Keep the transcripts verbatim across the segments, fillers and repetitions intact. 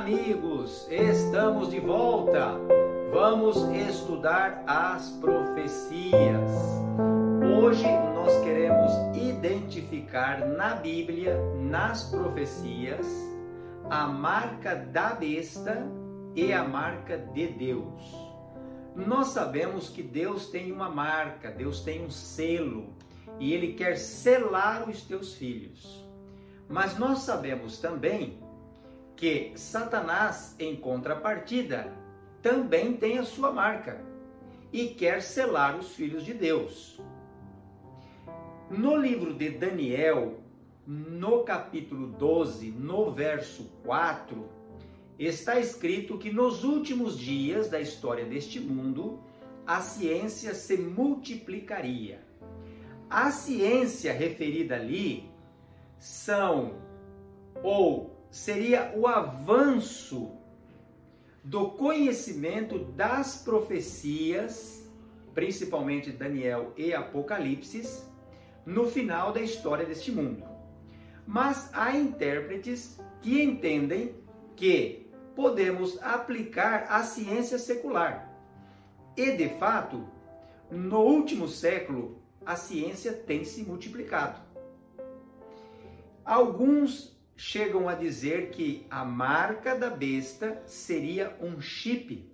amigos, estamos de volta. Vamos estudar as profecias. Hoje nós queremos identificar na Bíblia, nas profecias, a marca da besta e a marca de Deus. Nós sabemos que Deus tem uma marca, Deus tem um selo e Ele quer selar os teus filhos. Mas nós sabemos também que Satanás, em contrapartida, também tem a sua marca e quer selar os filhos de Deus. No livro de Daniel, no capítulo doze, no verso quatro, está escrito que nos últimos dias da história deste mundo, a ciência se multiplicaria. A ciência referida ali são, ou seria o avanço do conhecimento das profecias, principalmente Daniel e Apocalipse, no final da história deste mundo. Mas há intérpretes que entendem que podemos aplicar a ciência secular. E, de fato, no último século, a ciência tem se multiplicado. Alguns chegam a dizer que a marca da besta seria um chip.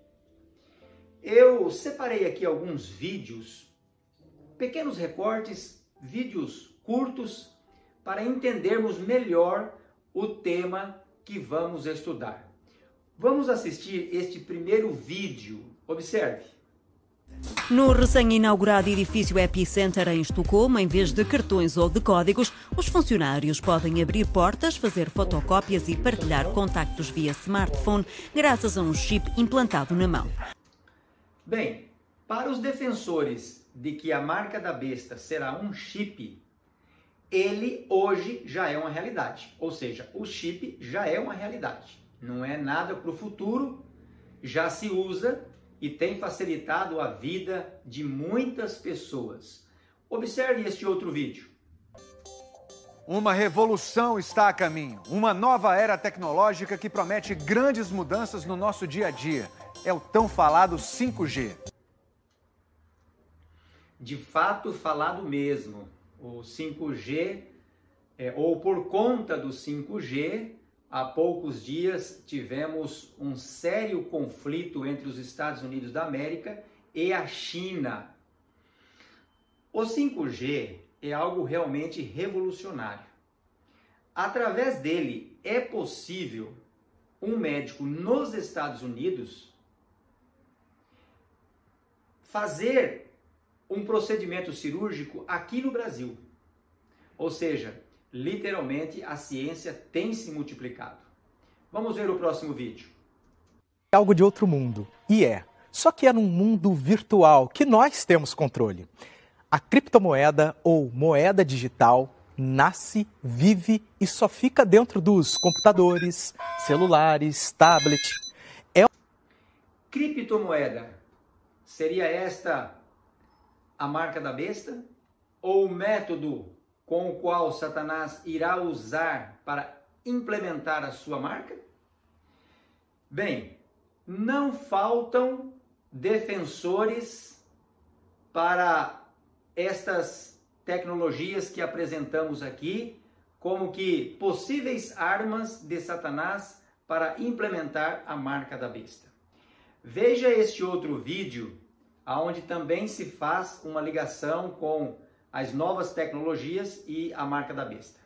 Eu separei aqui alguns vídeos, pequenos recortes, vídeos curtos, para entendermos melhor o tema que vamos estudar. Vamos assistir este primeiro vídeo. Observe. No recém-inaugurado edifício Epicenter em Estocolmo, em vez de cartões ou de códigos, os funcionários podem abrir portas, fazer fotocópias e partilhar contactos via smartphone, graças a um chip implantado na mão. Bem, para os defensores de que a marca da besta será um chip, ele hoje já é uma realidade. Ou seja, o chip já é uma realidade. Não é nada para o futuro, já se usa e tem facilitado a vida de muitas pessoas. Observe este outro vídeo. Uma revolução está a caminho. Uma nova era tecnológica que promete grandes mudanças no nosso dia a dia. É o tão falado cinco G. De fato, falado mesmo. O cinco G, é, ou por conta do cinco G, há poucos dias tivemos um sério conflito entre os Estados Unidos da América e a China. O cinco G é algo realmente revolucionário. Através dele é possível um médico nos Estados Unidos fazer um procedimento cirúrgico aqui no Brasil. Ou seja, literalmente a ciência tem se multiplicado. Vamos ver o próximo vídeo. É algo de outro mundo, e é. Só que é num mundo virtual que nós temos controle. A criptomoeda ou moeda digital nasce, vive e só fica dentro dos computadores, celulares, tablets. É... Criptomoeda, seria esta a marca da besta? Ou o método com o qual Satanás irá usar para implementar a sua marca? Bem, não faltam defensores para estas tecnologias que apresentamos aqui, como que possíveis armas de Satanás para implementar a marca da besta. Veja este outro vídeo, onde também se faz uma ligação com as novas tecnologias e a marca da besta.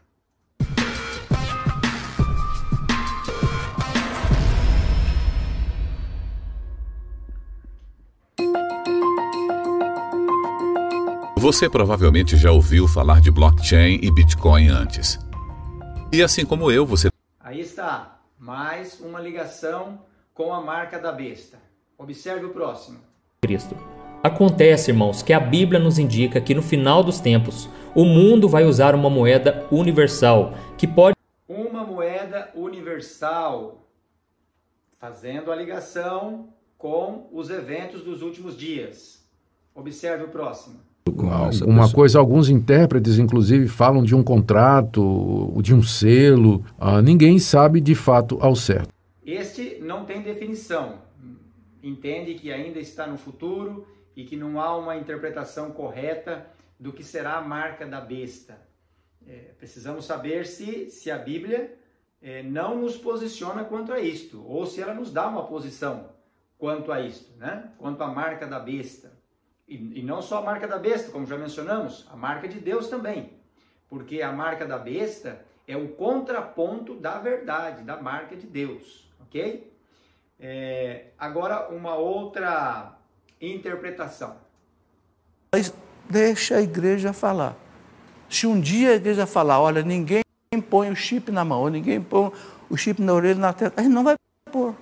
Você provavelmente já ouviu falar de blockchain e Bitcoin antes. E assim como eu, você... Aí está, mais uma ligação com a marca da besta. Observe o próximo. Cristo. Acontece, irmãos, que a Bíblia nos indica que no final dos tempos, o mundo vai usar uma moeda universal, que pode... Uma moeda universal, fazendo a ligação com os eventos dos últimos dias. Observe o próximo. Uma coisa, alguns intérpretes, inclusive, falam de um contrato, de um selo. Ah, ninguém sabe de fato ao certo. Este não tem definição, entende que ainda está no futuro e que não há uma interpretação correta do que será a marca da besta. É, precisamos saber se, se a Bíblia é, não nos posiciona quanto a isto, ou se ela nos dá uma posição quanto a isto, né? Quanto à marca da besta. E, e não só a marca da besta, como já mencionamos, a marca de Deus também. Porque a marca da besta é o contraponto da verdade, da marca de Deus, ok? É, agora, uma outra interpretação. Deixa a igreja falar. Se um dia a igreja falar, olha, ninguém põe o chip na mão, ninguém põe o chip na orelha, na testa, a gente não vai pôr.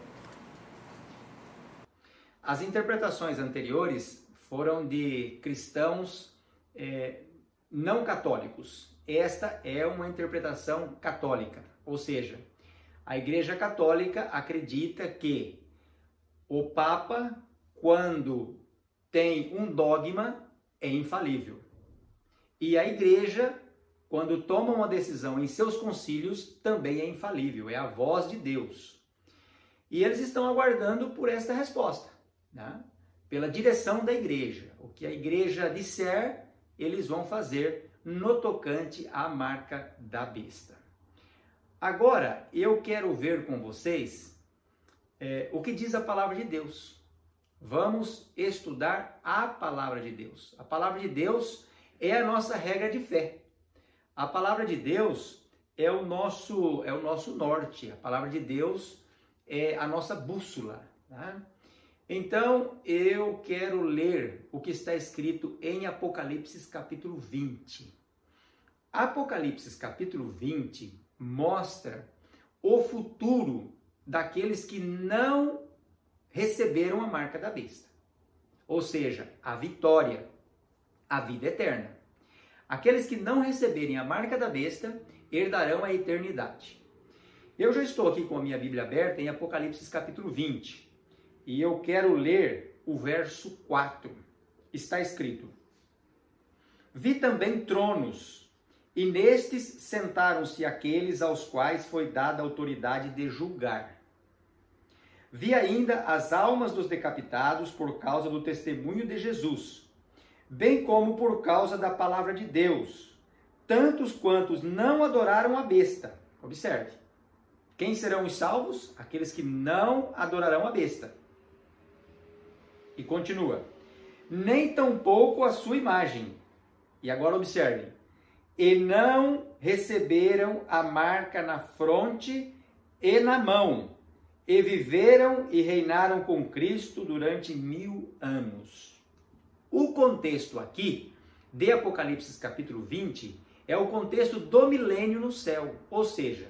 As interpretações anteriores foram de cristãos é, não católicos. Esta é uma interpretação católica, ou seja, a Igreja Católica acredita que o Papa, quando tem um dogma, é infalível. E a Igreja, quando toma uma decisão em seus concílios, também é infalível, é a voz de Deus. E eles estão aguardando por esta resposta, né? Pela direção da Igreja. O que a Igreja disser, eles vão fazer no tocante à marca da besta. Agora, eu quero ver com vocês é, o que diz a palavra de Deus. Vamos estudar a palavra de Deus. A palavra de Deus é a nossa regra de fé. A palavra de Deus é o nosso, é o nosso norte. A palavra de Deus é a nossa bússola, tá? Então, eu quero ler o que está escrito em Apocalipse capítulo vinte. Apocalipse capítulo vinte mostra o futuro daqueles que não receberam a marca da besta. Ou seja, a vitória, a vida eterna. Aqueles que não receberem a marca da besta herdarão a eternidade. Eu já estou aqui com a minha Bíblia aberta em Apocalipse capítulo vinte. E eu quero ler o verso quatro. Está escrito: Vi também tronos, e nestes sentaram-se aqueles aos quais foi dada a autoridade de julgar. Vi ainda as almas dos decapitados por causa do testemunho de Jesus, bem como por causa da palavra de Deus, tantos quantos não adoraram a besta. Observe. Quem serão os salvos? Aqueles que não adorarão a besta. E continua, nem tampouco a sua imagem. E agora observe, e não receberam a marca na fronte e na mão, e viveram e reinaram com Cristo durante mil anos. O contexto aqui, de Apocalipse capítulo vinte, é o contexto do milênio no céu, ou seja,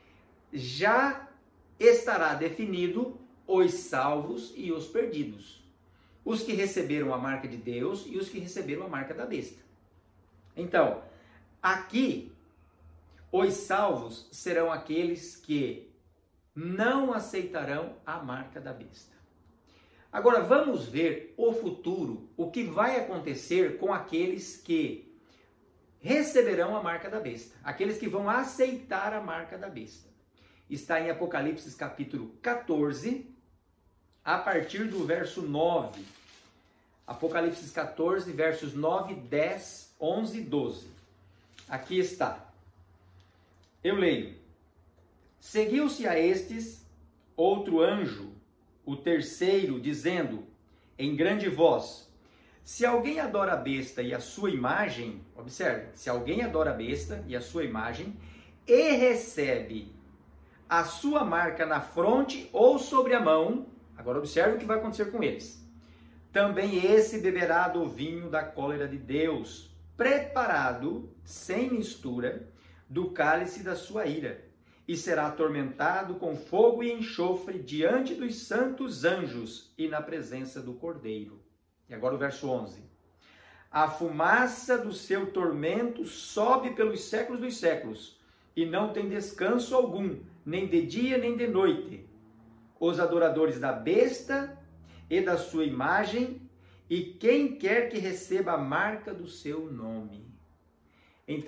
já estará definido os salvos e os perdidos. Os que receberam a marca de Deus e os que receberam a marca da besta. Então, aqui, os salvos serão aqueles que não aceitarão a marca da besta. Agora, vamos ver o futuro, o que vai acontecer com aqueles que receberão a marca da besta. Aqueles que vão aceitar a marca da besta. Está em Apocalipse capítulo quatorze, a partir do verso nove. Apocalipse quatorze, versos nove, dez, onze e doze. Aqui está. Eu leio. Seguiu-se a estes outro anjo, o terceiro, dizendo em grande voz: se alguém adora a besta e a sua imagem, observe, se alguém adora a besta e a sua imagem, e recebe a sua marca na fronte ou sobre a mão, agora observe o que vai acontecer com eles. Também esse beberá do vinho da cólera de Deus, preparado, sem mistura, do cálice da sua ira, e será atormentado com fogo e enxofre diante dos santos anjos e na presença do Cordeiro. E agora o verso onze. A fumaça do seu tormento sobe pelos séculos dos séculos, e não tem descanso algum, nem de dia nem de noite. Os adoradores da besta e da sua imagem, e quem quer que receba a marca do seu nome. Então,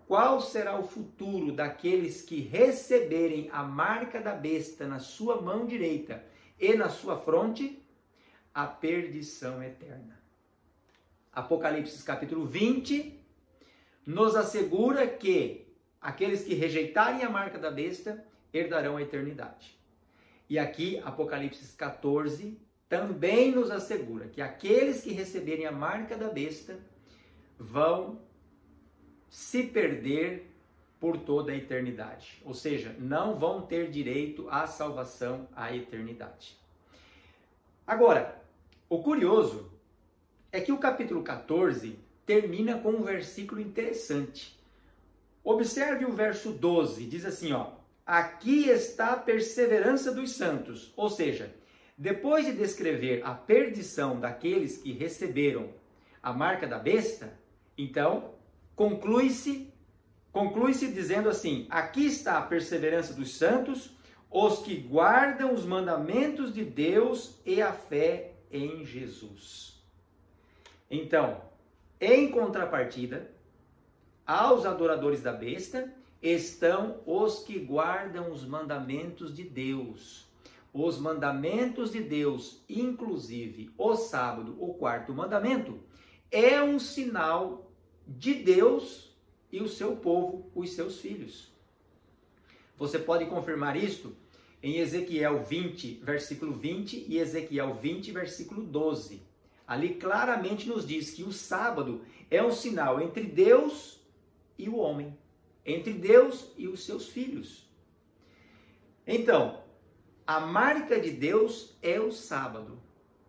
qual será o futuro daqueles que receberem a marca da besta na sua mão direita e na sua fronte? A perdição eterna. Apocalipse capítulo vinte nos assegura que aqueles que rejeitarem a marca da besta herdarão a eternidade. E aqui, Apocalipse quatorze, também nos assegura que aqueles que receberem a marca da besta vão se perder por toda a eternidade. Ou seja, não vão ter direito à salvação, à eternidade. Agora, o curioso é que o capítulo quatorze termina com um versículo interessante. Observe o verso doze, diz assim, ó: aqui está a perseverança dos santos. Ou seja, depois de descrever a perdição daqueles que receberam a marca da besta, então conclui-se conclui-se dizendo assim: aqui está a perseverança dos santos, os que guardam os mandamentos de Deus e a fé em Jesus. Então, em contrapartida aos adoradores da besta, estão os que guardam os mandamentos de Deus. Os mandamentos de Deus, inclusive o sábado, o quarto mandamento, é um sinal de Deus e o seu povo, os seus filhos. Você pode confirmar isto em Ezequiel vinte, versículo vinte e Ezequiel vinte, versículo doze. Ali claramente nos diz que o sábado é um sinal entre Deus e o homem, entre Deus e os seus filhos. Então, a marca de Deus é o sábado.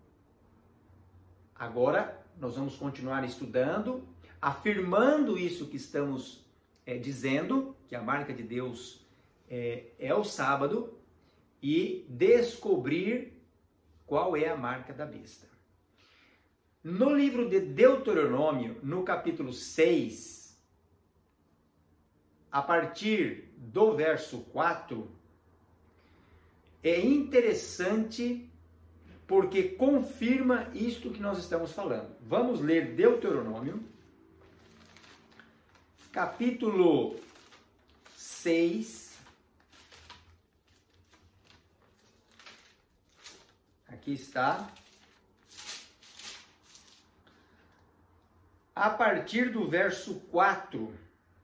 Agora, nós vamos continuar estudando, afirmando isso que estamos é, dizendo, que a marca de Deus é, é o sábado, e descobrir qual é a marca da besta. No livro de Deuteronômio, no capítulo seis, a partir do verso quatro, é interessante porque confirma isto que nós estamos falando. Vamos ler Deuteronômio, capítulo seis. Aqui está. A partir do verso quatro.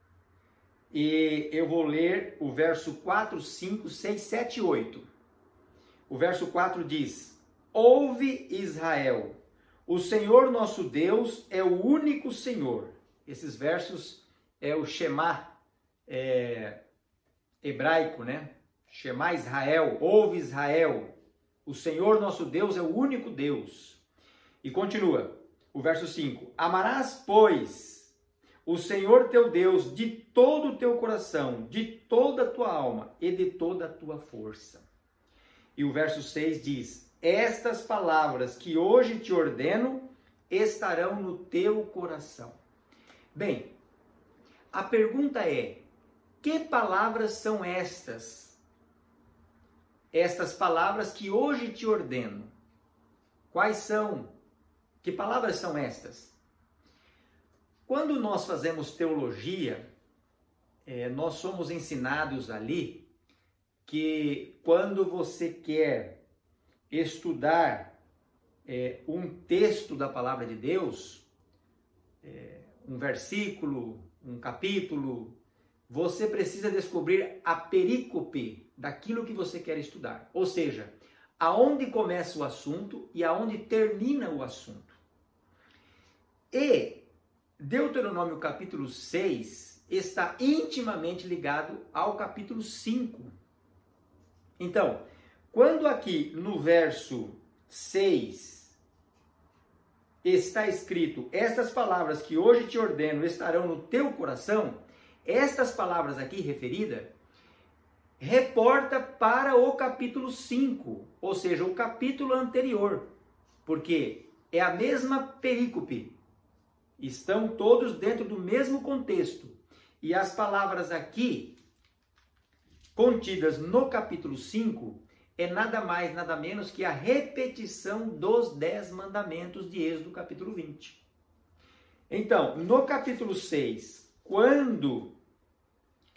E eu vou ler o verso quatro, cinco, seis, sete e oito. O verso quatro diz: ouve, Israel, o Senhor nosso Deus é o único Senhor. Esses versos é o Shema é, hebraico, né? Shema Israel, ouve Israel, o Senhor nosso Deus é o único Deus. E continua, o verso cinco: amarás, pois, o Senhor teu Deus de todo o teu coração, de toda a tua alma e de toda a tua força. E o verso seis diz: estas palavras que hoje te ordeno estarão no teu coração. Bem, a pergunta é: que palavras são estas? Estas palavras que hoje te ordeno. Quais são? Que palavras são estas? Quando nós fazemos teologia, é, nós somos ensinados ali que quando você quer estudar é, um texto da palavra de Deus, é, um versículo, um capítulo, você precisa descobrir a perícope daquilo que você quer estudar. Ou seja, aonde começa o assunto e aonde termina o assunto. E Deuteronômio capítulo seis está intimamente ligado ao capítulo cinco. Então, quando aqui no verso seis está escrito: estas palavras que hoje te ordeno estarão no teu coração, estas palavras aqui referidas reporta para o capítulo cinco, ou seja, o capítulo anterior, porque é a mesma perícope, estão todos dentro do mesmo contexto, e as palavras aqui contidas no capítulo cinco é nada mais, nada menos que a repetição dos dez mandamentos de Êxodo capítulo vinte. Então, no capítulo seis, quando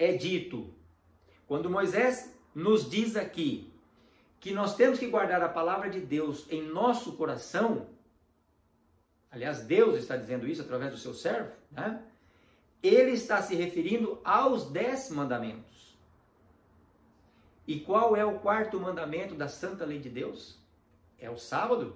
é dito, quando Moisés nos diz aqui que nós temos que guardar a palavra de Deus em nosso coração, aliás, Deus está dizendo isso através do seu servo, né? Ele está se referindo aos dez mandamentos. E qual é o quarto mandamento da santa lei de Deus? É o sábado.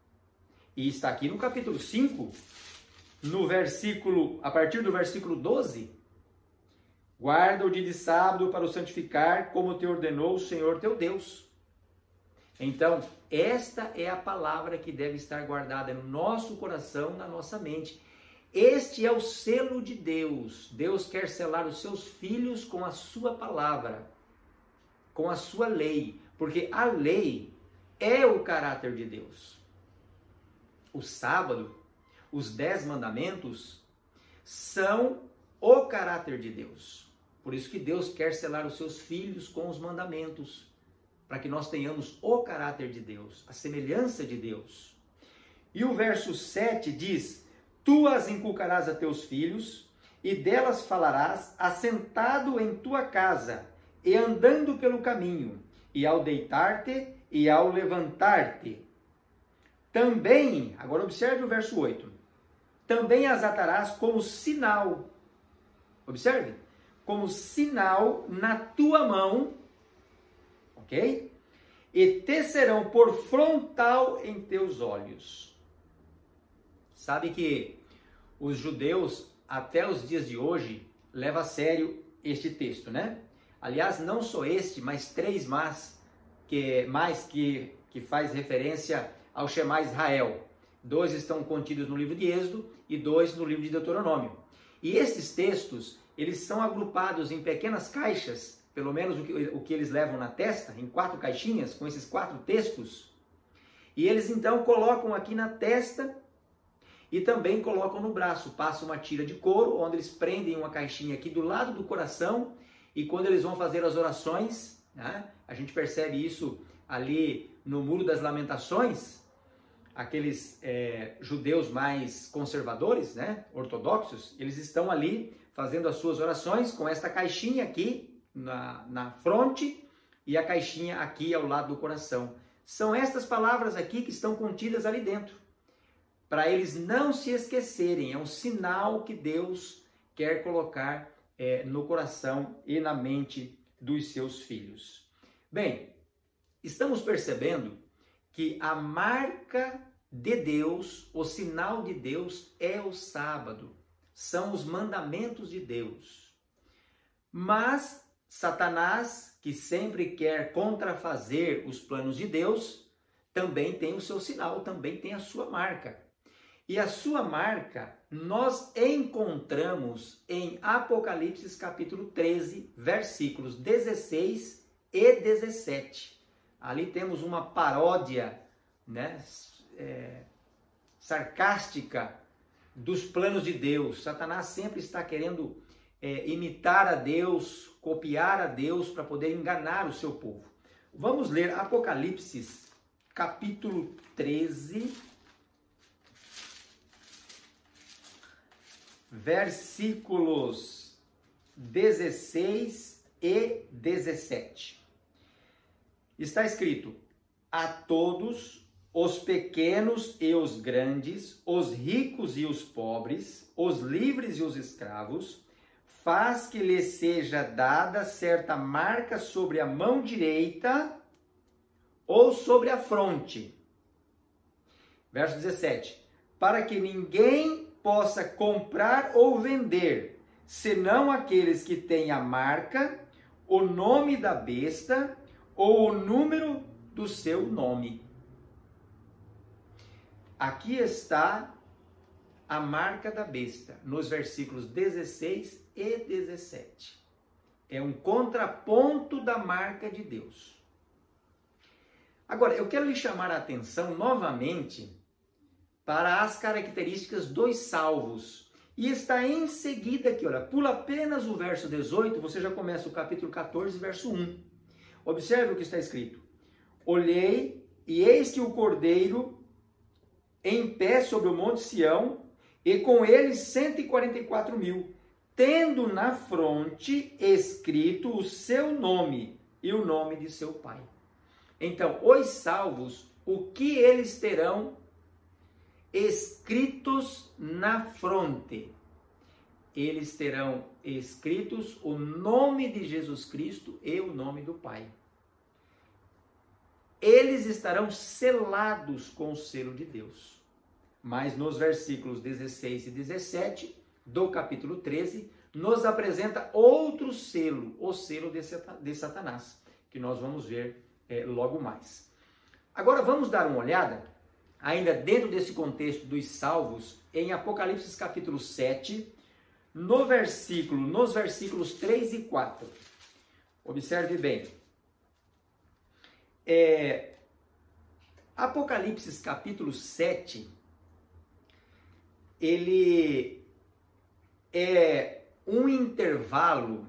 E está aqui no capítulo cinco, no versículo, a partir do versículo doze. Guarda o dia de sábado para o santificar, como te ordenou o Senhor teu Deus. Então, esta é a palavra que deve estar guardada no nosso coração, na nossa mente. Este é o selo de Deus. Deus quer selar os seus filhos com a sua palavra, com a sua lei, porque a lei é o caráter de Deus. O sábado, os dez mandamentos, são o caráter de Deus. Por isso que Deus quer selar os seus filhos com os mandamentos, para que nós tenhamos o caráter de Deus, a semelhança de Deus. E o verso sete diz: tu as inculcarás a teus filhos, e delas falarás, assentado em tua casa, e andando pelo caminho, e ao deitar-te, e ao levantar-te. Também, agora observe o verso oito, também as atarás como sinal, observe, como sinal na tua mão, ok? E te serão por frontal em teus olhos. Sabe que os judeus, até os dias de hoje, levam a sério este texto, né? Aliás, não só este, mas três mais que, mais que, que faz referência ao Shema Israel. Dois estão contidos no livro de Êxodo e dois no livro de Deuteronômio. E esses textos, eles são agrupados em pequenas caixas, pelo menos o que, o que eles levam na testa, em quatro caixinhas, com esses quatro textos. E eles então colocam aqui na testa e também colocam no braço. Passam uma tira de couro, onde eles prendem uma caixinha aqui do lado do coração, e quando eles vão fazer as orações, né, a gente percebe isso ali no Muro das Lamentações, aqueles é, judeus mais conservadores, né, ortodoxos, eles estão ali fazendo as suas orações com esta caixinha aqui na, na fronte e a caixinha aqui ao lado do coração. São estas palavras aqui que estão contidas ali dentro, para eles não se esquecerem. É um sinal que Deus quer colocar é, no coração e na mente dos seus filhos. Bem, estamos percebendo que a marca de Deus, o sinal de Deus é o sábado, são os mandamentos de Deus. Mas Satanás, que sempre quer contrafazer os planos de Deus, também tem o seu sinal, também tem a sua marca. E a sua marca nós encontramos em Apocalipse capítulo treze, versículos dezesseis e dezessete. Ali temos uma paródia, né, é, sarcástica dos planos de Deus. Satanás sempre está querendo é, imitar a Deus, copiar a Deus para poder enganar o seu povo. Vamos ler Apocalipse capítulo treze, versículos dezesseis e dezessete. Está escrito: a todos, os pequenos e os grandes, os ricos e os pobres, os livres e os escravos, faz que lhes seja dada certa marca sobre a mão direita ou sobre a fronte. Verso dezessete. Para que ninguém possa comprar ou vender, senão aqueles que têm a marca, o nome da besta ou o número do seu nome. Aqui está a marca da besta, nos versículos dezesseis e dezessete. É um contraponto da marca de Deus. Agora, eu quero lhe chamar a atenção novamente para as características dos salvos. E está em seguida aqui, olha, pula apenas o verso dezoito, você já começa o capítulo quatorze, verso um. Observe o que está escrito. Olhei, e eis que o Cordeiro em pé sobre o monte Sião, e com ele cento e quarenta e quatro mil, tendo na fronte escrito o seu nome e o nome de seu pai. Então, os salvos, o que eles terão escritos na fronte? Eles terão escritos o nome de Jesus Cristo e o nome do Pai. Eles estarão selados com o selo de Deus. Mas nos versículos dezesseis e dezessete do capítulo treze, nos apresenta outro selo, o selo de Satanás, que nós vamos ver é, logo mais. Agora vamos dar uma olhada, ainda dentro desse contexto dos salvos, em Apocalipse capítulo sete, no versículo, nos versículos três e quatro. Observe bem. É, Apocalipse capítulo sete, ele é um intervalo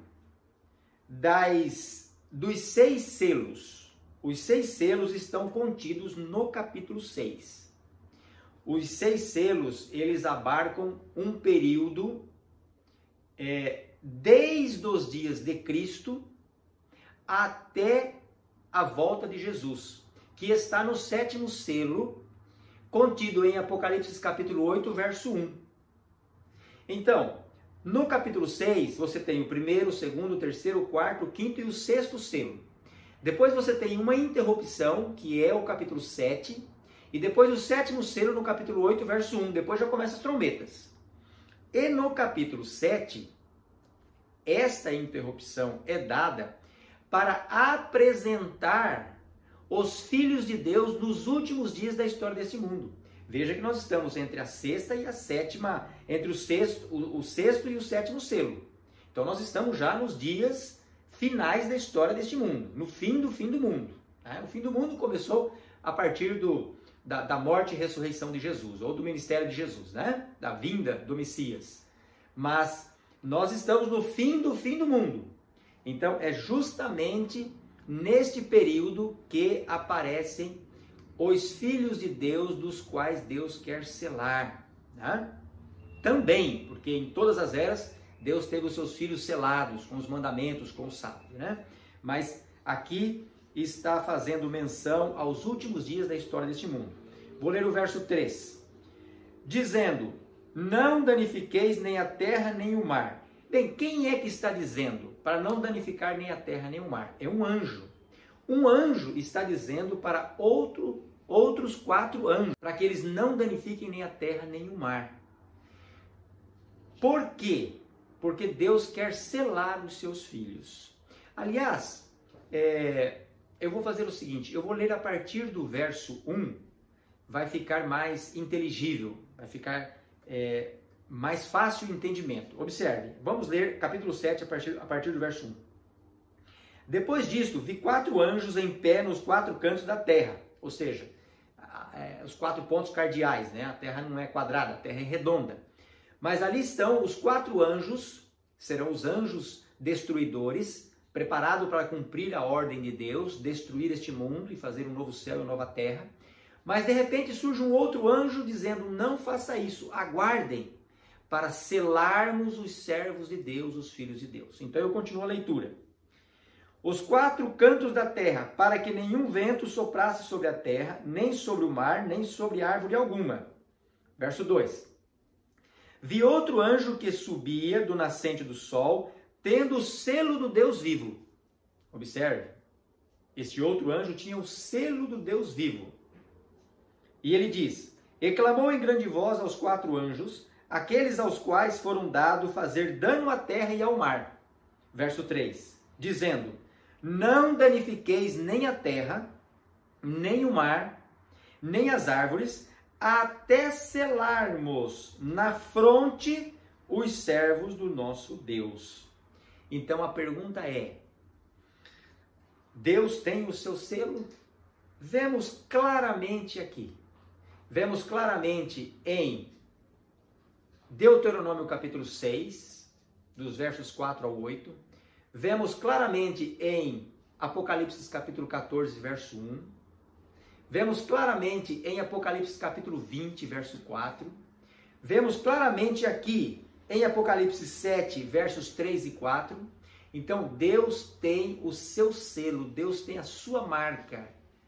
das, dos seis selos. Os seis selos estão contidos no capítulo seis. Os seis selos, eles abarcam um período é, desde os dias de Cristo até a volta de Jesus, que está no sétimo selo, contido em Apocalipse capítulo oito, verso um. Então, no capítulo seis, você tem o primeiro, o segundo, o terceiro, o quarto, o quinto e o sexto selo. Depois você tem uma interrupção, que é o capítulo sete, e depois o sétimo selo no capítulo oito, verso um. Depois já começa as trombetas. E no capítulo sete, esta interrupção é dada para apresentar os filhos de Deus nos últimos dias da história deste mundo. Veja que nós estamos entre a sexta e a sétima, entre o sexto, o, o sexto e o sétimo selo. Então nós estamos já nos dias finais da história deste mundo, no fim do fim do mundo. Né? O fim do mundo começou a partir do, da, da morte e ressurreição de Jesus, ou do ministério de Jesus, né? Da vinda do Messias. Mas nós estamos no fim do fim do mundo. Então é justamente neste período que aparecem os filhos de Deus, dos quais Deus quer selar. Né? Também, porque em todas as eras Deus teve os seus filhos selados com os mandamentos, com o sábado. Né? Mas aqui está fazendo menção aos últimos dias da história deste mundo. Vou ler o verso três. Dizendo, não danifiqueis nem a terra nem o mar. Bem, quem é que está dizendo para não danificar nem a terra nem o mar? É um anjo. Um anjo está dizendo para outro, outros quatro anjos, para que eles não danifiquem nem a terra nem o mar. Por quê? Porque Deus quer selar os seus filhos. Aliás, é, eu vou fazer o seguinte, eu vou ler a partir do verso um, vai ficar mais inteligível, vai ficar é, mais fácil o entendimento. Observe, vamos ler capítulo sete a partir, a partir do verso um. Depois disto, vi quatro anjos em pé nos quatro cantos da terra, ou seja, é, os quatro pontos cardeais, né? A terra não é quadrada, a terra é redonda. Mas ali estão os quatro anjos, serão os anjos destruidores, preparados para cumprir a ordem de Deus, destruir este mundo e fazer um novo céu e uma nova terra. Mas de repente surge um outro anjo dizendo, não faça isso, aguardem para selarmos os servos de Deus, os filhos de Deus. Então eu continuo a leitura. Os quatro cantos da terra, para que nenhum vento soprasse sobre a terra, nem sobre o mar, nem sobre árvore alguma. Verso dois. Vi outro anjo que subia do nascente do sol, tendo o selo do Deus vivo. Observe, este outro anjo tinha o selo do Deus vivo. E ele diz, e clamou em grande voz aos quatro anjos, aqueles aos quais foram dado fazer dano à terra e ao mar. Verso três, dizendo, não danifiqueis nem a terra, nem o mar, nem as árvores, até selarmos na fronte os servos do nosso Deus. Então a pergunta é, Deus tem o seu selo? Vemos claramente aqui, vemos claramente em Deuteronômio capítulo seis, dos versos quatro ao oito, vemos claramente em Apocalipse capítulo quatorze, verso um, vemos claramente em Apocalipse capítulo vinte, verso quatro, vemos claramente aqui em Apocalipse sete, versos três e quatro. Então, Deus tem o seu selo, Deus tem a sua marca,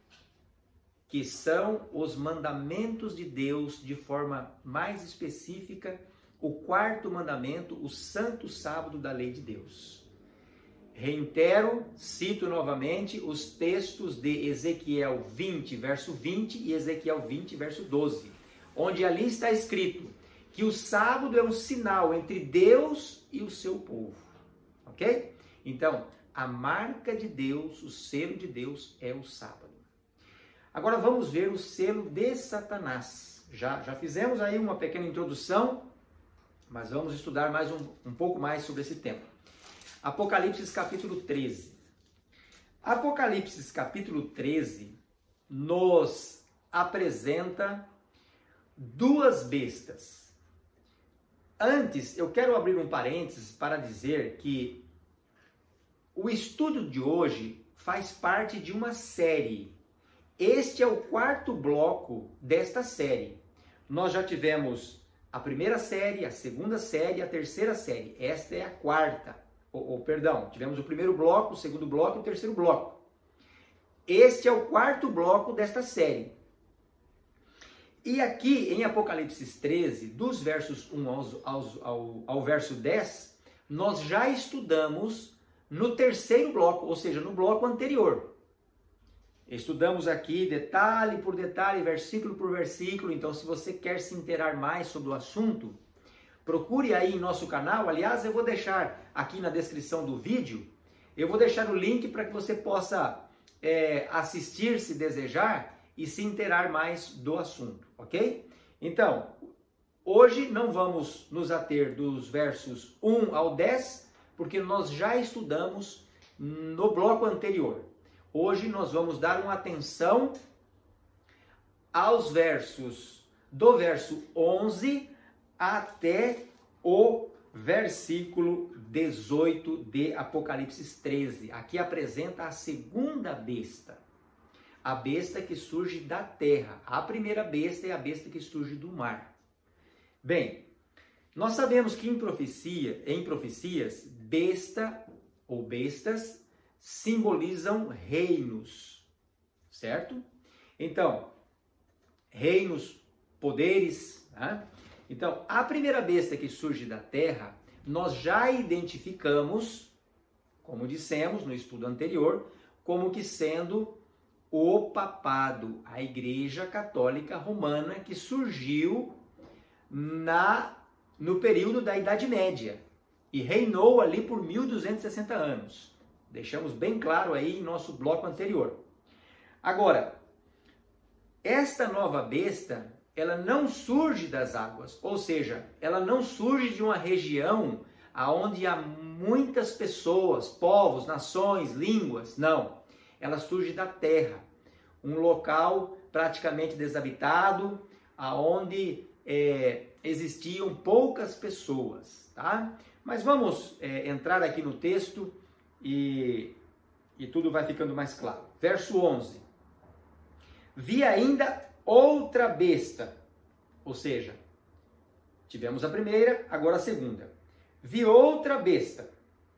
que são os mandamentos de Deus, de forma mais específica, o quarto mandamento, o santo sábado da lei de Deus. Reitero, cito novamente os textos de Ezequiel vinte, verso vinte e Ezequiel vinte, verso doze, onde ali está escrito que o sábado é um sinal entre Deus e o seu povo, ok? Então, a marca de Deus, o selo de Deus é o sábado. Agora vamos ver o selo de Satanás. Já, já fizemos aí uma pequena introdução, mas vamos estudar mais um, um pouco mais sobre esse tema. Apocalipse capítulo treze. Apocalipse capítulo treze nos apresenta duas bestas. Antes, eu quero abrir um parênteses para dizer que o estudo de hoje faz parte de uma série. Este é o quarto bloco desta série. Nós já tivemos a primeira série, a segunda série, a terceira série. Esta é a quarta. Ou, ou perdão, tivemos o primeiro bloco, o segundo bloco e o terceiro bloco. Este é o quarto bloco desta série. E aqui em Apocalipse treze, dos versos um aos, aos, ao, ao verso dez, nós já estudamos no terceiro bloco, ou seja, no bloco anterior. Estudamos aqui detalhe por detalhe, versículo por versículo. Então, se você quer se inteirar mais sobre o assunto, procure aí em nosso canal. Aliás, eu vou deixar aqui na descrição do vídeo, eu vou deixar o link para que você possa é, assistir, se desejar, e se inteirar mais do assunto, ok? Então, hoje não vamos nos ater dos versos um ao dez, porque nós já estudamos no bloco anterior. Hoje nós vamos dar uma atenção aos versos, do verso onze até o versículo dezoito de Apocalipse treze. Aqui apresenta a segunda besta. A besta que surge da terra. A primeira besta é a besta que surge do mar. Bem, nós sabemos que em profecia, em profecias, besta ou bestas simbolizam reinos, certo? Então, reinos, poderes, né? Então, a primeira besta que surge da terra, nós já identificamos, como dissemos no estudo anterior, como que sendo o papado, a Igreja Católica Romana, que surgiu na, no período da Idade Média e reinou ali por mil duzentos e sessenta anos. Deixamos bem claro aí em nosso bloco anterior. Agora, esta nova besta, ela não surge das águas, ou seja, ela não surge de uma região onde há muitas pessoas, povos, nações, línguas, não. Ela surge da terra, um local praticamente desabitado, aonde é, existiam poucas pessoas, tá? Mas vamos é, entrar aqui no texto e, e tudo vai ficando mais claro. Verso onze. Vi ainda outra besta, ou seja, tivemos a primeira, agora a segunda. Vi outra besta.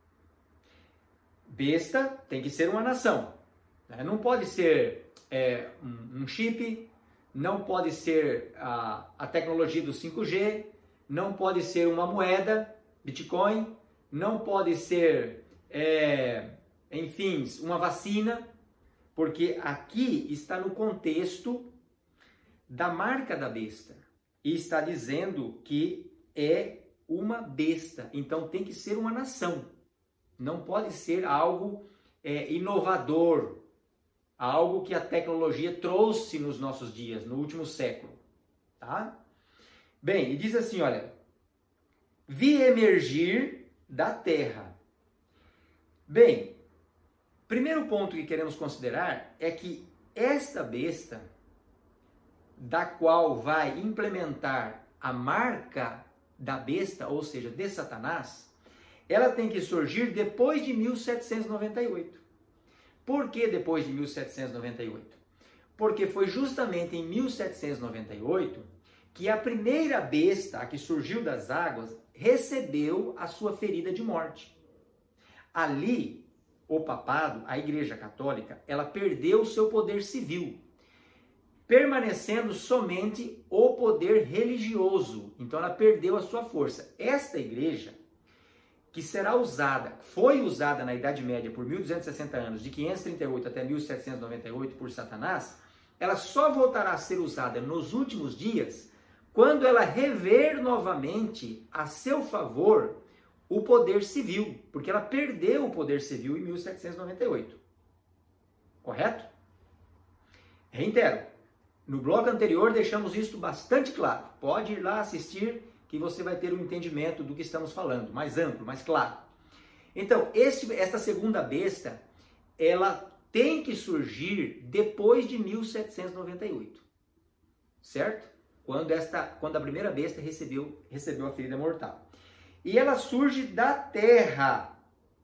Besta tem que ser uma nação. Não pode ser é, um, um chip, não pode ser a, a tecnologia do cinco G, não pode ser uma moeda, Bitcoin, não pode ser, é, enfim, uma vacina, porque aqui está no contexto da marca da besta e está dizendo que é uma besta, então tem que ser uma nação, não pode ser algo é, inovador, algo que a tecnologia trouxe nos nossos dias, no último século, tá? Bem, e diz assim, olha, vi emergir da terra. Bem, primeiro ponto que queremos considerar é que esta besta, da qual vai implementar a marca da besta, ou seja, de Satanás, ela tem que surgir depois de mil setecentos e noventa e oito. Por que depois de mil setecentos e noventa e oito? Porque foi justamente em mil setecentos e noventa e oito que a primeira besta, a que surgiu das águas, recebeu a sua ferida de morte. Ali, o papado, a Igreja Católica, ela perdeu o seu poder civil, permanecendo somente o poder religioso. Então ela perdeu a sua força. Esta igreja, que será usada, foi usada na Idade Média por mil duzentos e sessenta anos, de quinhentos e trinta e oito até mil setecentos e noventa e oito por Satanás, ela só voltará a ser usada nos últimos dias quando ela rever novamente a seu favor o poder civil, porque ela perdeu o poder civil em mil setecentos e noventa e oito. Correto? Reitero, no bloco anterior deixamos isso bastante claro. Pode ir lá assistir que você vai ter um entendimento do que estamos falando, mais amplo, mais claro. Então, este, esta segunda besta, ela tem que surgir depois de mil setecentos e noventa e oito, certo? Quando, esta, quando a primeira besta recebeu, recebeu a ferida mortal. E ela surge da terra.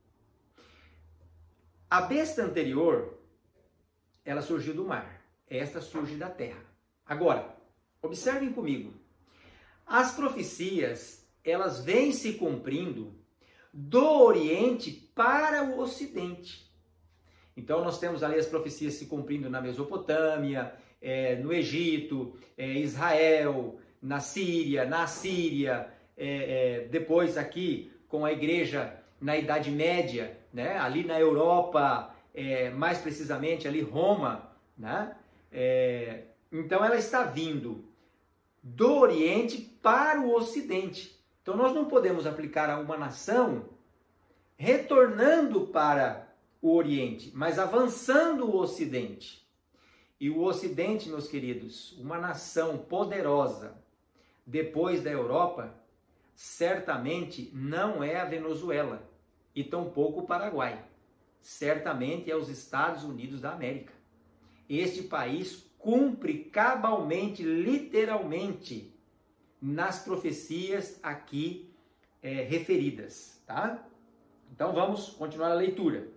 A besta anterior, ela surgiu do mar. Esta surge da terra. Agora, observem comigo. As profecias, elas vêm se cumprindo do Oriente para o Ocidente. Então, nós temos ali as profecias se cumprindo na Mesopotâmia, é, no Egito, é, Israel, na Síria, na Síria, é, é, depois aqui com a igreja na Idade Média, né? Ali na Europa, é, mais precisamente ali Roma, né? É, então ela está vindo do Oriente para o Ocidente. Então nós não podemos aplicar a uma nação retornando para o Oriente, mas avançando o Ocidente. E o Ocidente, meus queridos, uma nação poderosa depois da Europa, certamente não é a Venezuela e tampouco o Paraguai. Certamente é os Estados Unidos da América. Este país cumpre cabalmente, literalmente, nas profecias aqui é, referidas, tá? Então vamos continuar a leitura.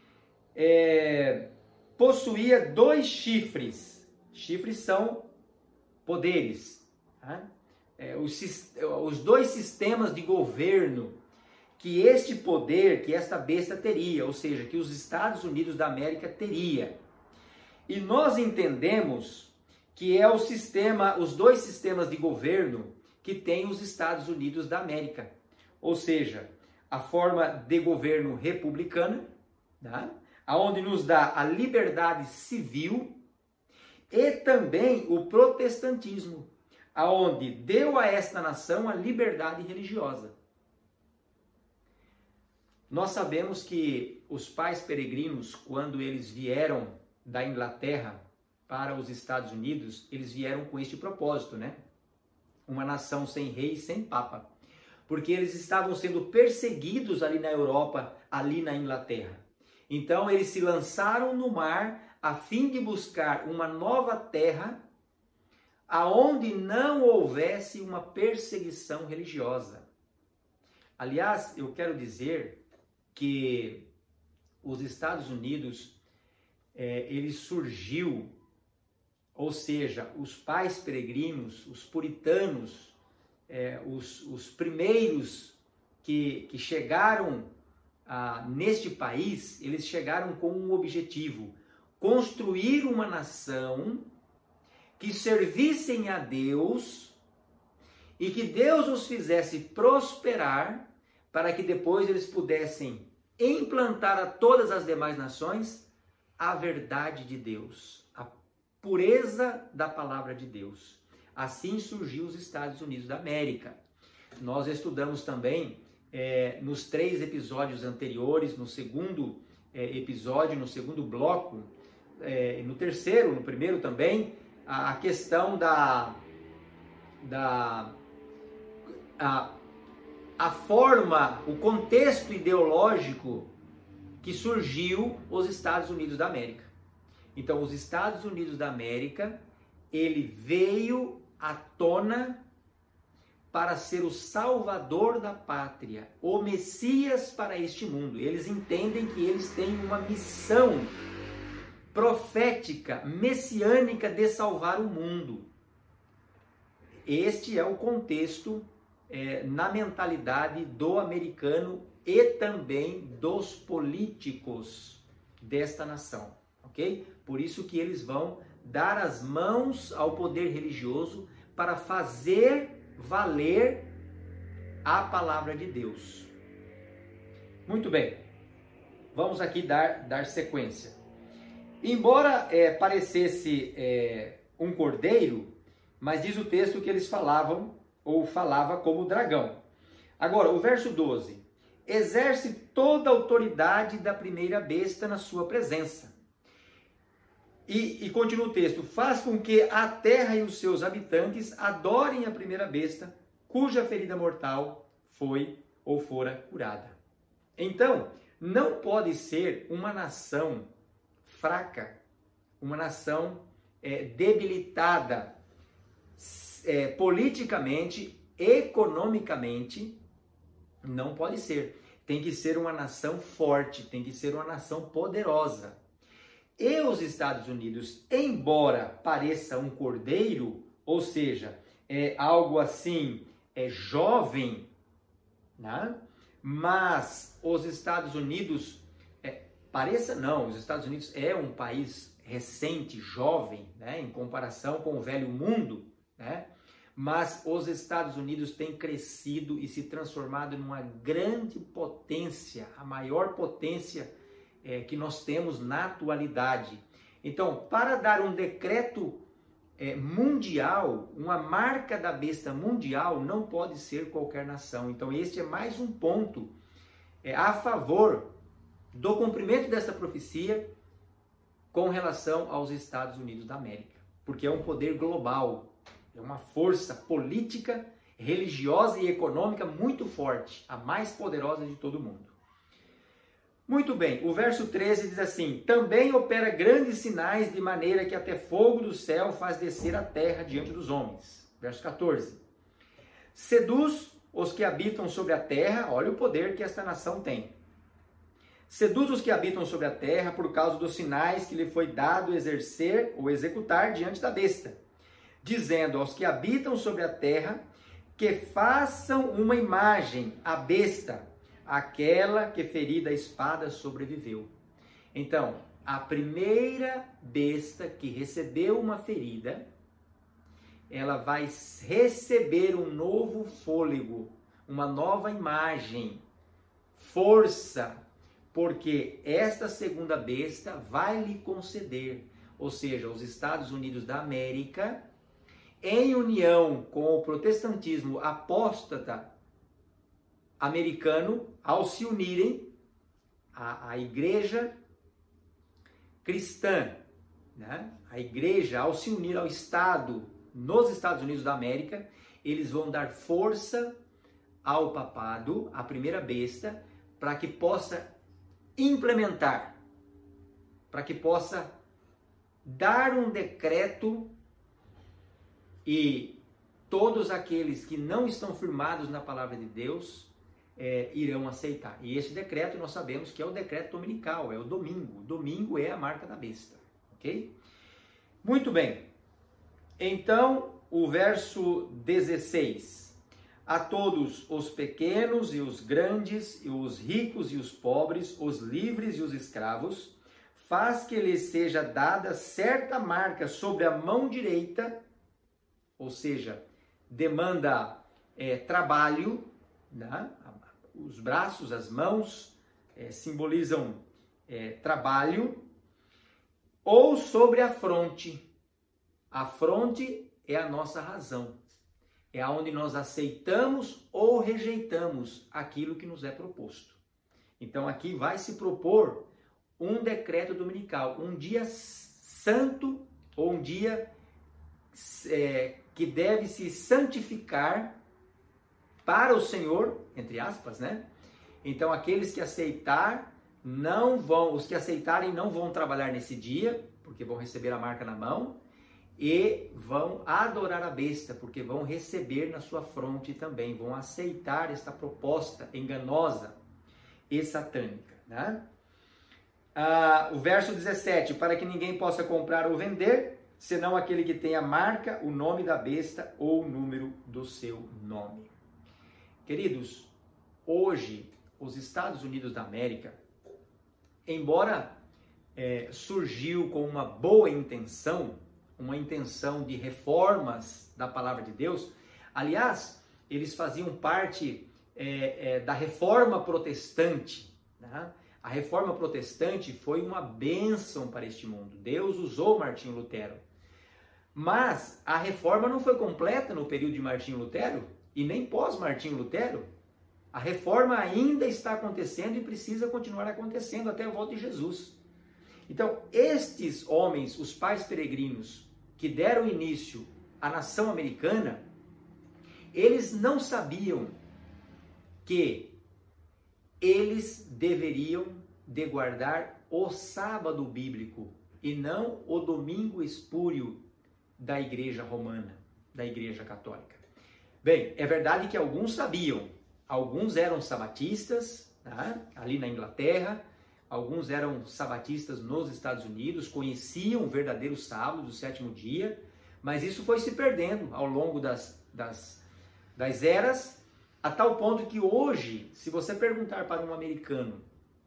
É, possuía dois chifres. Chifres são poderes, tá? É, os, os dois sistemas de governo que este poder, que esta besta teria, ou seja, que os Estados Unidos da América teria. E nós entendemos que é o sistema, os dois sistemas de governo que tem os Estados Unidos da América. Ou seja, a forma de governo republicana, tá? Onde nos dá a liberdade civil, e também o protestantismo, aonde deu a esta nação a liberdade religiosa. Nós sabemos que os pais peregrinos, quando eles vieram da Inglaterra para os Estados Unidos, eles vieram com este propósito, né? Uma nação sem rei e sem papa. Porque eles estavam sendo perseguidos ali na Europa, ali na Inglaterra. Então eles se lançaram no mar a fim de buscar uma nova terra aonde não houvesse uma perseguição religiosa. Aliás, eu quero dizer que os Estados Unidos, é, ele surgiu, ou seja, os pais peregrinos, os puritanos, é, os, os primeiros que, que chegaram ah, neste país, eles chegaram com um objetivo: construir uma nação que servissem a Deus e que Deus os fizesse prosperar para que depois eles pudessem implantar a todas as demais nações a verdade de Deus, a pureza da palavra de Deus. Assim surgiu os Estados Unidos da América. Nós estudamos também é, nos três episódios anteriores, no segundo é, episódio, no segundo bloco, é, no terceiro, no primeiro também, a questão da, da a, a forma, o contexto ideológico que surgiu os Estados Unidos da América. Então, os Estados Unidos da América, ele veio à tona para ser o salvador da pátria, o Messias para este mundo. Eles entendem que eles têm uma missão profética, messiânica de salvar o mundo. Este é o contexto é, na mentalidade do americano e também dos políticos desta nação, ok? Por isso que eles vão dar as mãos ao poder religioso para fazer valer a palavra de Deus. Muito bem, vamos aqui dar, dar sequência. Embora é, parecesse é, um cordeiro, mas diz o texto que eles falavam, ou falava como dragão. Agora, o verso doze. Exerce toda a autoridade da primeira besta na sua presença. E, e continua o texto. Faz com que a terra e os seus habitantes adorem a primeira besta, cuja ferida mortal foi ou fora curada. Então, não pode ser uma nação fraca, uma nação é, debilitada, é, politicamente, economicamente, não pode ser. Tem que ser uma nação forte, tem que ser uma nação poderosa. E os Estados Unidos, embora pareça um cordeiro, ou seja, é algo assim, é jovem, né? Mas os Estados Unidos, é, pareça não, os Estados Unidos é um país recente, jovem, né? Em comparação com o velho mundo, né? Mas os Estados Unidos têm crescido e se transformado numa grande potência, a maior potência é, que nós temos na atualidade. Então, para dar um decreto é, mundial, uma marca da besta mundial, não pode ser qualquer nação. Então, este é mais um ponto é, a favor do cumprimento dessa profecia com relação aos Estados Unidos da América, porque é um poder global. É uma força política, religiosa e econômica muito forte, a mais poderosa de todo o mundo. Muito bem, o verso treze diz assim: também opera grandes sinais, de maneira que até fogo do céu faz descer a terra diante dos homens. Verso quatorze. Seduz os que habitam sobre a terra, olha o poder que esta nação tem. Seduz os que habitam sobre a terra por causa dos sinais que lhe foi dado exercer ou executar diante da besta, dizendo aos que habitam sobre a terra que façam uma imagem, a besta, aquela que ferida a espada sobreviveu. Então, a primeira besta que recebeu uma ferida, ela vai receber um novo fôlego, uma nova imagem, força, porque esta segunda besta vai lhe conceder, ou seja, os Estados Unidos da América, em união com o protestantismo apóstata americano, ao se unirem à, à igreja cristã, né? A igreja, ao se unir ao Estado nos Estados Unidos da América, eles vão dar força ao papado, à primeira besta, para que possa implementar, para que possa dar um decreto. E todos aqueles que não estão firmados na palavra de Deus é, irão aceitar. E esse decreto nós sabemos que é o decreto dominical, é o domingo. O domingo é a marca da besta, ok? Muito bem. Então, o verso dezesseis. A todos os pequenos e os grandes, e os ricos e os pobres, os livres e os escravos, faz que lhes seja dada certa marca sobre a mão direita, ou seja, demanda é, trabalho, né? Os braços, as mãos é, simbolizam é, trabalho, ou sobre a fronte. A fronte é a nossa razão, é onde nós aceitamos ou rejeitamos aquilo que nos é proposto. Então aqui vai se propor um decreto dominical, um dia santo ou um dia é, que deve se santificar para o Senhor, entre aspas, né? Então aqueles que aceitar não vão, os que aceitarem não vão trabalhar nesse dia, porque vão receber a marca na mão, e vão adorar a besta, porque vão receber na sua fronte também, vão aceitar esta proposta enganosa e satânica, né? Ah, o verso dezessete, para que ninguém possa comprar ou vender, senão aquele que tem a marca, o nome da besta ou o número do seu nome. Queridos, hoje os Estados Unidos da América, embora é, surgiu com uma boa intenção, uma intenção de reformas da palavra de Deus, aliás, eles faziam parte é, é, da reforma protestante, né? A reforma protestante foi uma bênção para este mundo. Deus usou Martinho Lutero. Mas a reforma não foi completa no período de Martinho Lutero e nem pós Martinho Lutero. A reforma ainda está acontecendo e precisa continuar acontecendo até a volta de Jesus. Então, estes homens, os pais peregrinos, que deram início à nação americana, eles não sabiam que eles deveriam de guardar o sábado bíblico e não o domingo espúrio da igreja romana, da igreja católica. Bem, é verdade que alguns sabiam, alguns eram sabatistas, tá? Ali na Inglaterra, alguns eram sabatistas nos Estados Unidos, conheciam o verdadeiro sábado, do sétimo dia, mas isso foi se perdendo ao longo das, das, das eras, a tal ponto que hoje, se você perguntar para um americano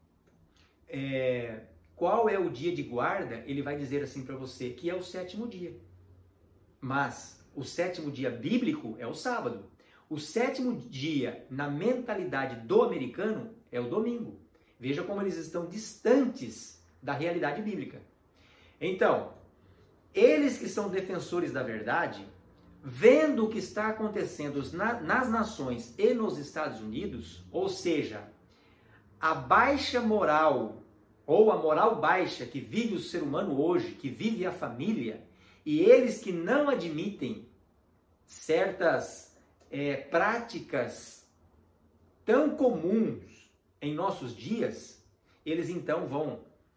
é, qual é o dia de guarda, ele vai dizer assim para você, que é o sétimo dia. Mas o sétimo dia bíblico é o sábado. O sétimo dia, na mentalidade do americano, é o domingo. Veja como eles estão distantes da realidade bíblica. Então, eles que são defensores da verdade, vendo o que está acontecendo na, nas nações e nos Estados Unidos, ou seja, a baixa moral, ou a moral baixa que vive o ser humano hoje, que vive a família, e eles que não admitem certas é, práticas tão comuns em nossos dias, eles então vão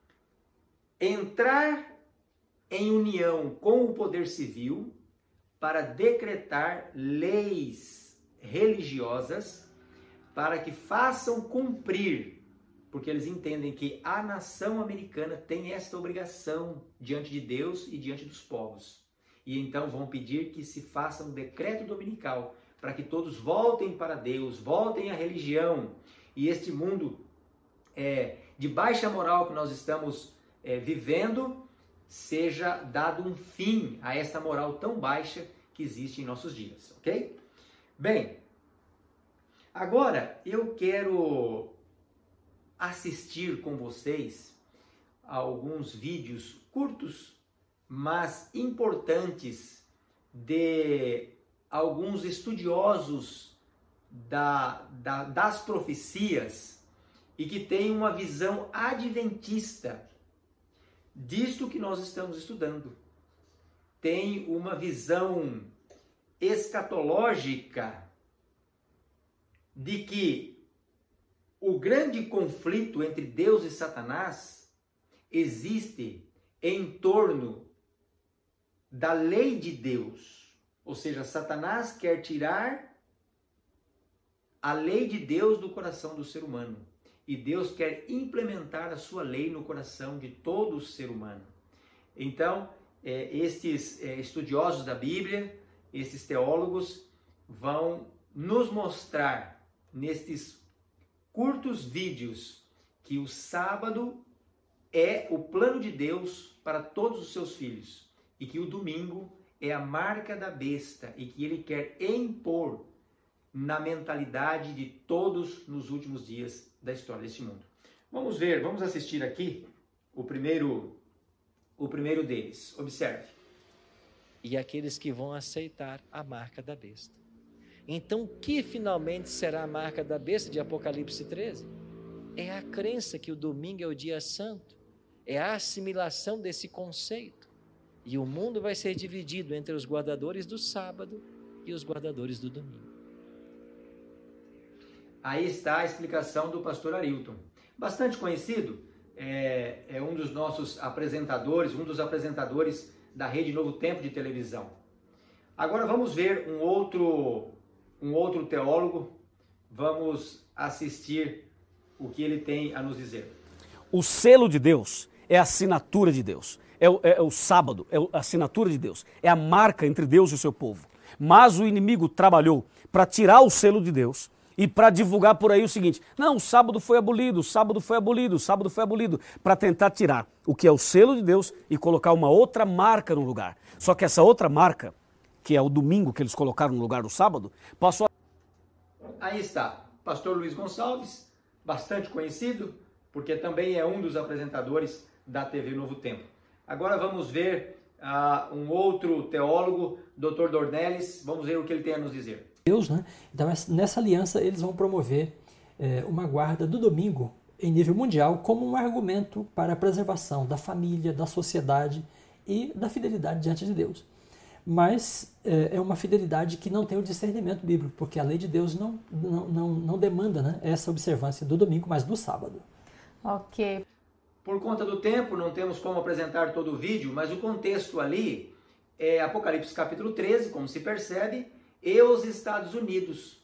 entrar em união com o poder civil para decretar leis religiosas para que façam cumprir, porque eles entendem que a nação americana tem esta obrigação diante de Deus e diante dos povos. E então vão pedir que se faça um decreto dominical para que todos voltem para Deus, voltem à religião. E este mundo é, de baixa moral que nós estamos é, vivendo, seja dado um fim a esta moral tão baixa que existe em nossos dias, ok? Bem, agora eu quero assistir com vocês a alguns vídeos curtos, mas importantes, de alguns estudiosos da, da, das profecias e que têm uma visão adventista disto que nós estamos estudando. Tem uma visão escatológica de que o grande conflito entre Deus e Satanás existe em torno da lei de Deus. Ou seja, Satanás quer tirar a lei de Deus do coração do ser humano. E Deus quer implementar a sua lei no coração de todo o ser humano. Então, é, estes é, estudiosos da Bíblia, esses teólogos, vão nos mostrar nestes curtos vídeos que o sábado é o plano de Deus para todos os seus filhos e que o domingo é a marca da besta e que ele quer impor na mentalidade de todos nos últimos dias da história deste mundo. Vamos ver, vamos assistir aqui o primeiro, o primeiro deles. Observe. E aqueles que vão aceitar a marca da besta. Então, o que finalmente será a marca da besta de Apocalipse treze? É a crença que o domingo é o dia santo, é a assimilação desse conceito. E o mundo vai ser dividido entre os guardadores do sábado e os guardadores do domingo. Aí está a explicação do pastor Arilton. Bastante conhecido, é, é um dos nossos apresentadores, um dos apresentadores da Rede Novo Tempo de televisão. Agora vamos ver um outro, um outro teólogo, vamos assistir o que ele tem a nos dizer. O selo de Deus é a assinatura de Deus, é o, é o sábado, é a assinatura de Deus, é a marca entre Deus e o seu povo. Mas o inimigo trabalhou para tirar o selo de Deus E para divulgar por aí o seguinte, não, o sábado foi abolido, o sábado foi abolido, o sábado foi abolido, para tentar tirar o que é o selo de Deus e colocar uma outra marca no lugar. Só que essa outra marca, que é o domingo que eles colocaram no lugar do sábado, passou a... Aí está, pastor Luiz Gonçalves, bastante conhecido, porque também é um dos apresentadores da T V Novo Tempo. Agora vamos ver uh, um outro teólogo, doutor Dornelles, vamos ver o que ele tem a nos dizer. Deus, né? Então nessa aliança eles vão promover é, uma guarda do domingo em nível mundial como um argumento para a preservação da família, da sociedade e da fidelidade diante de Deus. Mas é, é uma fidelidade que não tem o discernimento bíblico, porque a lei de Deus não, não, não, não demanda, né, essa observância do domingo, mas do sábado. Ok. Por conta do tempo, não temos como apresentar todo o vídeo, mas o contexto ali é Apocalipse capítulo treze, como se percebe, e os Estados Unidos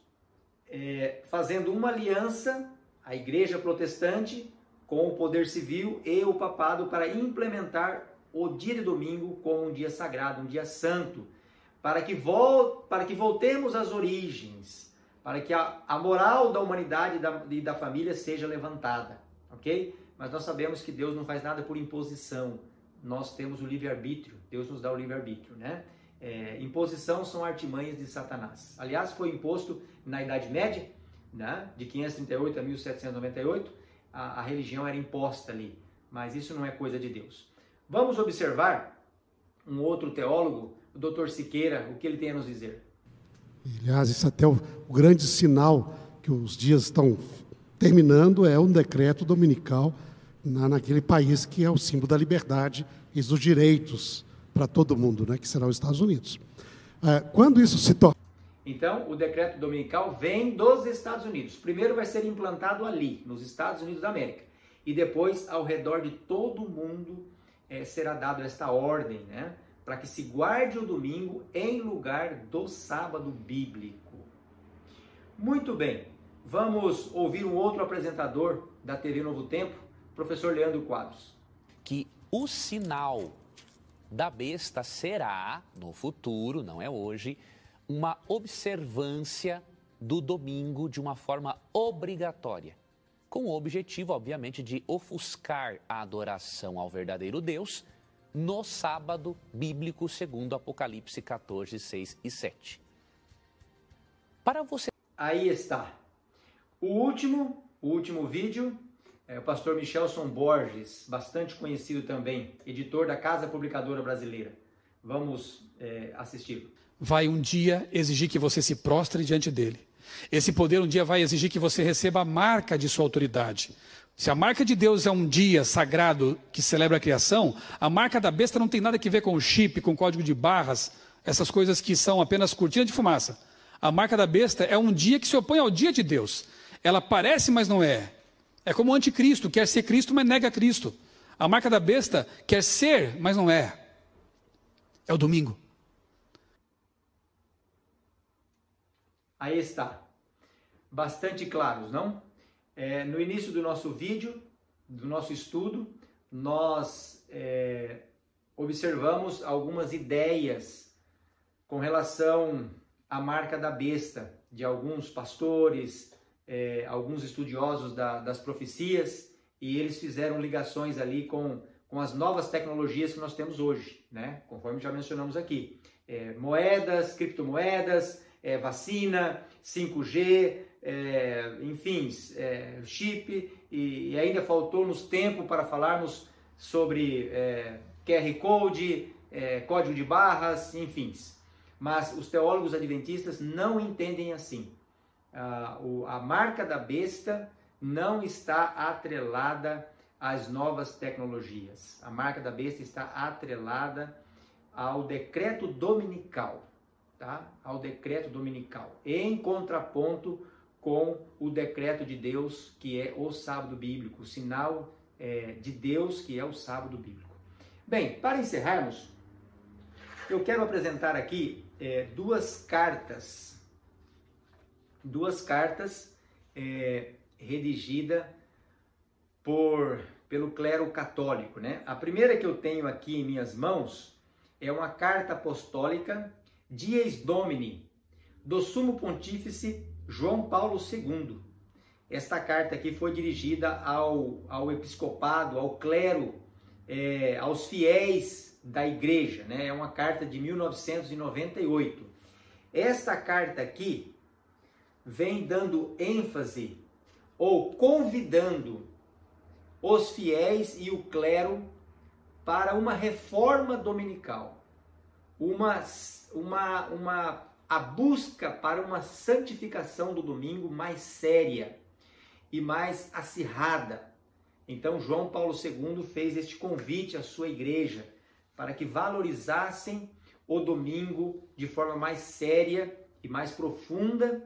é, fazendo uma aliança, a igreja protestante, com o poder civil e o papado para implementar o dia de domingo como um dia sagrado, um dia santo, para que, vol para que voltemos às origens, para que a, a moral da humanidade e da, e da família seja levantada, ok? Mas nós sabemos que Deus não faz nada por imposição, nós temos o livre-arbítrio, Deus nos dá o livre-arbítrio, né? É, imposição são artimanhas de Satanás. Aliás, foi imposto na Idade Média, né? De quinhentos e trinta e oito a mil setecentos e noventa e oito, a, a religião era imposta ali, mas isso não é coisa de Deus. Vamos observar um outro teólogo, o doutor Siqueira, o que ele tem a nos dizer. Aliás, isso até o, o grande sinal que os dias estão terminando é um decreto dominical na, naquele país que é o símbolo da liberdade e dos direitos para todo mundo, né, que será os Estados Unidos. É, quando isso se torna... Então, o decreto dominical vem dos Estados Unidos. Primeiro vai ser implantado ali, nos Estados Unidos da América. E depois, ao redor de todo o mundo, é, será dado esta ordem, né, para que se guarde o domingo em lugar do sábado bíblico. Muito bem, vamos ouvir um outro apresentador da T V Novo Tempo, professor Leandro Quadros. Que o sinal da besta será, no futuro, não é hoje, uma observância do domingo de uma forma obrigatória, com o objetivo, obviamente, de ofuscar a adoração ao verdadeiro Deus no sábado bíblico, segundo Apocalipse quatorze, seis e sete. Para você... Aí está. O último, o último vídeo... É o pastor Michelson Borges, bastante conhecido também, editor da Casa Publicadora Brasileira. Vamos é, assistir. Vai um dia exigir que você se prostre diante dele. Esse poder um dia vai exigir que você receba a marca de sua autoridade. Se a marca de Deus é um dia sagrado que celebra a criação, a marca da besta não tem nada a ver com o chip, com o código de barras, essas coisas que são apenas cortina de fumaça. A marca da besta é um dia que se opõe ao dia de Deus. Ela parece, mas não é. É como o anticristo, quer ser Cristo, mas nega Cristo. A marca da besta quer ser, mas não é. É o domingo. Aí está. Bastante claros, não? É, no início do nosso vídeo, do nosso estudo, nós é, observamos algumas ideias com relação à marca da besta, de alguns pastores, É, alguns estudiosos da, das profecias, e eles fizeram ligações ali com, com as novas tecnologias que nós temos hoje, né? Conforme já mencionamos aqui. É, moedas, criptomoedas, é, vacina, cinco G, é, enfim, é, chip, e, e ainda faltou-nos tempo para falarmos sobre é, Q R Code, é, código de barras, enfim. Mas os teólogos adventistas não entendem assim. Uh, o, a marca da besta não está atrelada às novas tecnologias. A marca da besta está atrelada ao decreto dominical, tá? Ao decreto dominical, em contraponto com o decreto de Deus, que é o sábado bíblico, o sinal é, de Deus, que é o sábado bíblico. Bem, para encerrarmos, eu quero apresentar aqui é, duas cartas duas cartas é, redigidas por, pelo clero católico, né? A primeira que eu tenho aqui em minhas mãos é uma carta apostólica Dies Domini, do Sumo Pontífice João Paulo segundo. Esta carta aqui foi dirigida ao, ao episcopado, ao clero, é, aos fiéis da igreja, né? É uma carta de mil novecentos e noventa e oito. Esta carta aqui vem dando ênfase ou convidando os fiéis e o clero para uma reforma dominical, uma, uma, uma, a busca para uma santificação do domingo mais séria e mais acirrada. Então João Paulo segundo fez este convite à sua igreja para que valorizassem o domingo de forma mais séria e mais profunda,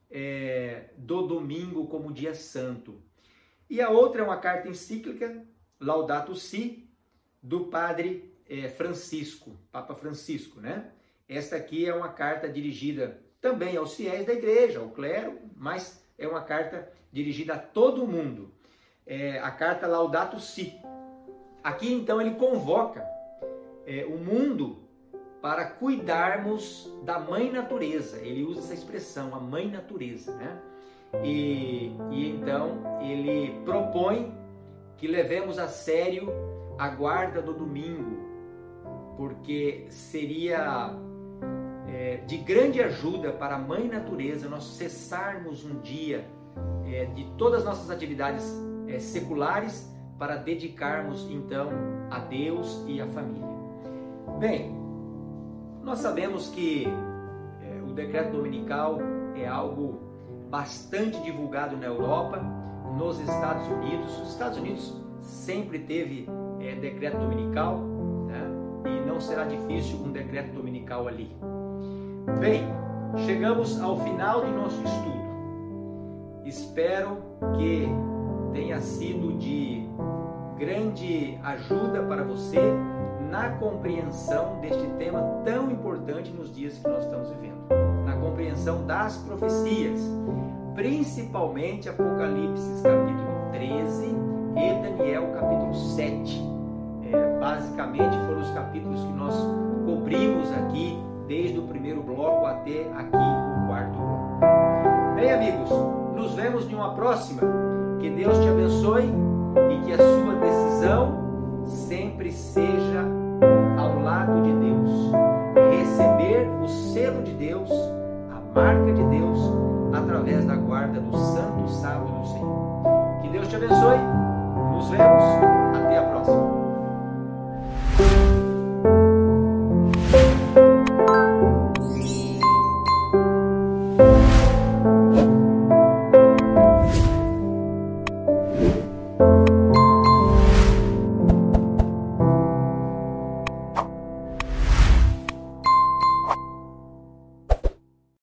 é, do domingo como dia santo. E a outra é uma carta encíclica, Laudato Si, do padre é, Francisco, Papa Francisco, né? Esta aqui é uma carta dirigida também aos fiéis da igreja, ao clero, mas é uma carta dirigida a todo mundo. É a carta Laudato Si. Aqui então ele convoca é, o mundo para cuidarmos da mãe natureza. Ele usa essa expressão, a mãe natureza, né? E, e então ele propõe que levemos a sério a guarda do domingo, porque seria é, de grande ajuda para a mãe natureza nós cessarmos um dia é, de todas as nossas atividades é, seculares para dedicarmos então a Deus e à família. Bem, nós sabemos que é, o decreto dominical é algo bastante divulgado na Europa, nos Estados Unidos. Os Estados Unidos sempre teve é, decreto dominical, né? E não será difícil um decreto dominical ali. Bem, chegamos ao final do nosso estudo. Espero que tenha sido de grande ajuda para você na compreensão deste tema tão importante nos dias que nós estamos vivendo, na compreensão das profecias, principalmente Apocalipse capítulo treze e Daniel capítulo sete. É, basicamente foram os capítulos que nós cobrimos aqui, desde o primeiro bloco até aqui o quarto bloco. Bem, amigos, nos vemos em uma próxima. Que Deus te abençoe e que a sua decisão sempre seja ao lado de Deus. Receber o selo de Deus, a marca de Deus, através da guarda do Santo Sábado do Senhor. Que Deus te abençoe. Nos vemos.